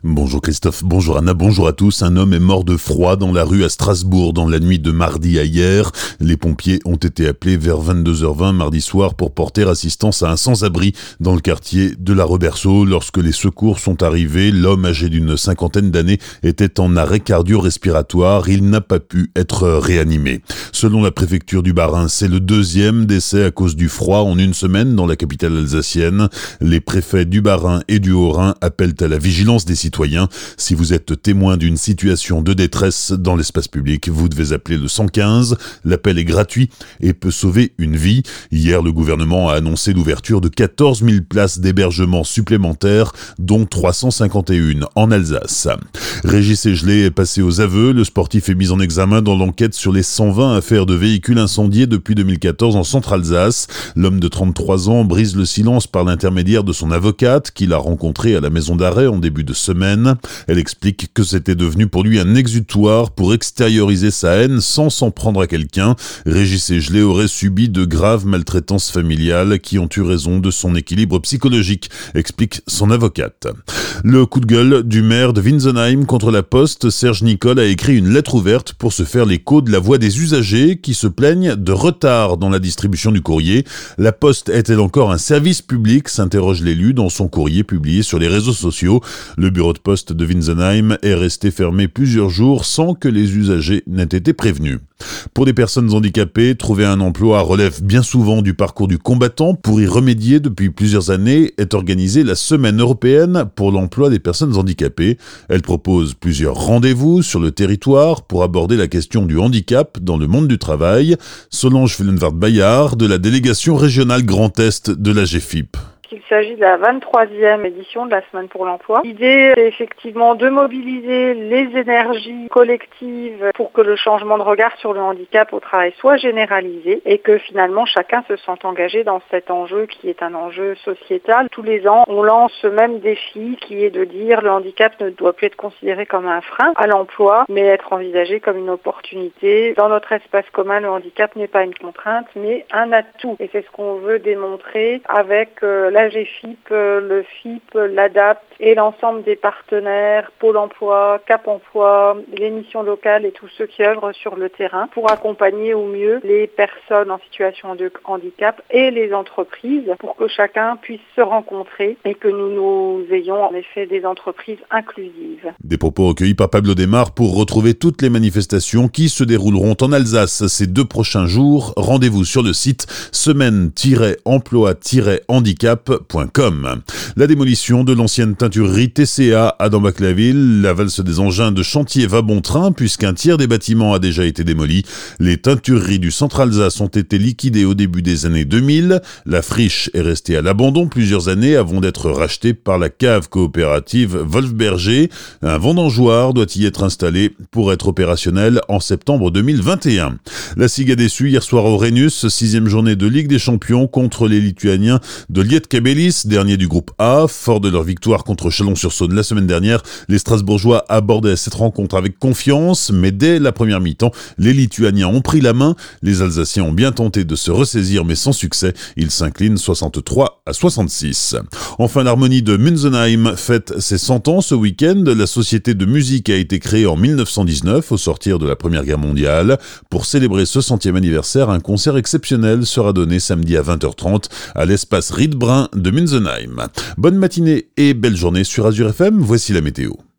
Bonjour Christophe, bonjour Anna, bonjour à tous. Un homme est mort de froid dans la rue à Strasbourg dans la nuit de mardi à hier. Les pompiers ont été appelés vers 22h20 mardi soir pour porter assistance à un sans-abri dans le quartier de la Reberceau. Lorsque les secours sont arrivés, l'homme âgé d'une cinquantaine d'années était en arrêt cardio-respiratoire. Il n'a pas pu être réanimé. Selon la préfecture du Bas-Rhin, c'est le deuxième décès à cause du froid en une semaine dans la capitale alsacienne. Les préfets du Bas-Rhin et du Haut-Rhin appellent à la vigilance des citoyens. Si vous êtes témoin d'une situation de détresse dans l'espace public, vous devez appeler le 115. L'appel est gratuit et peut sauver une vie. Hier, le gouvernement a annoncé l'ouverture de 14 000 places d'hébergement supplémentaires, dont 351 en Alsace. Régis Egelet est passé aux aveux. Le sportif est mis en examen dans l'enquête sur les 120 affaires de véhicules incendiés depuis 2014 en Centre-Alsace. L'homme de 33 ans brise le silence par l'intermédiaire de son avocate, qu'il a rencontré à la maison d'arrêt en début de semaine. Elle explique que c'était devenu pour lui un exutoire pour extérioriser sa haine sans s'en prendre à quelqu'un. Régis Egelet aurait subi de graves maltraitances familiales qui ont eu raison de son équilibre psychologique, explique son avocate. Le coup de gueule du maire de Winsenheim contre la Poste, Serge Nicole a écrit une lettre ouverte pour se faire l'écho de la voix des usagers qui se plaignent de retard dans la distribution du courrier. La Poste est-elle encore un service public, s'interroge l'élu dans son courrier publié sur les réseaux sociaux. Le bureau de poste de Winsenheim est resté fermé plusieurs jours sans que les usagers n'aient été prévenus. Pour les personnes handicapées, trouver un emploi relève bien souvent du parcours du combattant. Pour y remédier, depuis plusieurs années, est organisée la Semaine européenne pour l'emploi des personnes handicapées. Elle propose plusieurs rendez-vous sur le territoire pour aborder la question du handicap dans le monde du travail. Solange Fellenwart-Bayard de la délégation régionale Grand Est de la GFIP. Il s'agit de la 23e édition de la Semaine pour l'emploi. L'idée est effectivement de mobiliser les énergies collectives pour que le changement de regard sur le handicap au travail soit généralisé et que finalement chacun se sente engagé dans cet enjeu qui est un enjeu sociétal. Tous les ans, on lance ce même défi qui est de dire le handicap ne doit plus être considéré comme un frein à l'emploi, mais être envisagé comme une opportunité. Dans notre espace commun, le handicap n'est pas une contrainte, mais un atout. Et c'est ce qu'on veut démontrer avec la GFIP, le FIP, l'ADAPT et l'ensemble des partenaires, Pôle emploi, Cap emploi, les missions locales et tous ceux qui œuvrent sur le terrain pour accompagner au mieux les personnes en situation de handicap et les entreprises pour que chacun puisse se rencontrer et que nous ayons en effet des entreprises inclusives. Des propos recueillis par Pablo Desmar pour retrouver toutes les manifestations qui se dérouleront en Alsace ces 2 prochains jours. Rendez-vous sur le site semaine-emploi-handicap.com. La démolition de l'ancienne teinturerie TCA à Dambach-la-Ville, la valse des engins de chantier va bon train puisqu'un tiers des bâtiments a déjà été démoli. Les teintureries du Centre-Alsace ont été liquidées au début des années 2000. La friche est restée à l'abandon plusieurs années avant d'être rachetée par la cave coopérative Wolfberger. Un vendangeoir doit y être installé pour être opérationnel en septembre 2021. La SIG a déçu hier soir au Rhenus, 6e journée de Ligue des Champions contre les Lituaniens de Lietkabelis, dernier du groupe A. Fort de leur victoire contre Chalon-sur-Saône la semaine dernière, les Strasbourgeois abordaient cette rencontre avec confiance, mais dès la première mi-temps, les Lituaniens ont pris la main. Les Alsaciens ont bien tenté de se ressaisir, mais sans succès. Ils s'inclinent 63-66. Enfin, l'harmonie de Munzenheim fête ses 100 ans ce week-end. La société de musique a été créée en 1919, au sortir de la Première Guerre mondiale. Pour célébrer ce 100e anniversaire, un concert exceptionnel sera donné samedi à 20h30 à l'espace Riedbrun de Munzenheim. Bonne matinée et belle journée sur Azure FM, voici la météo.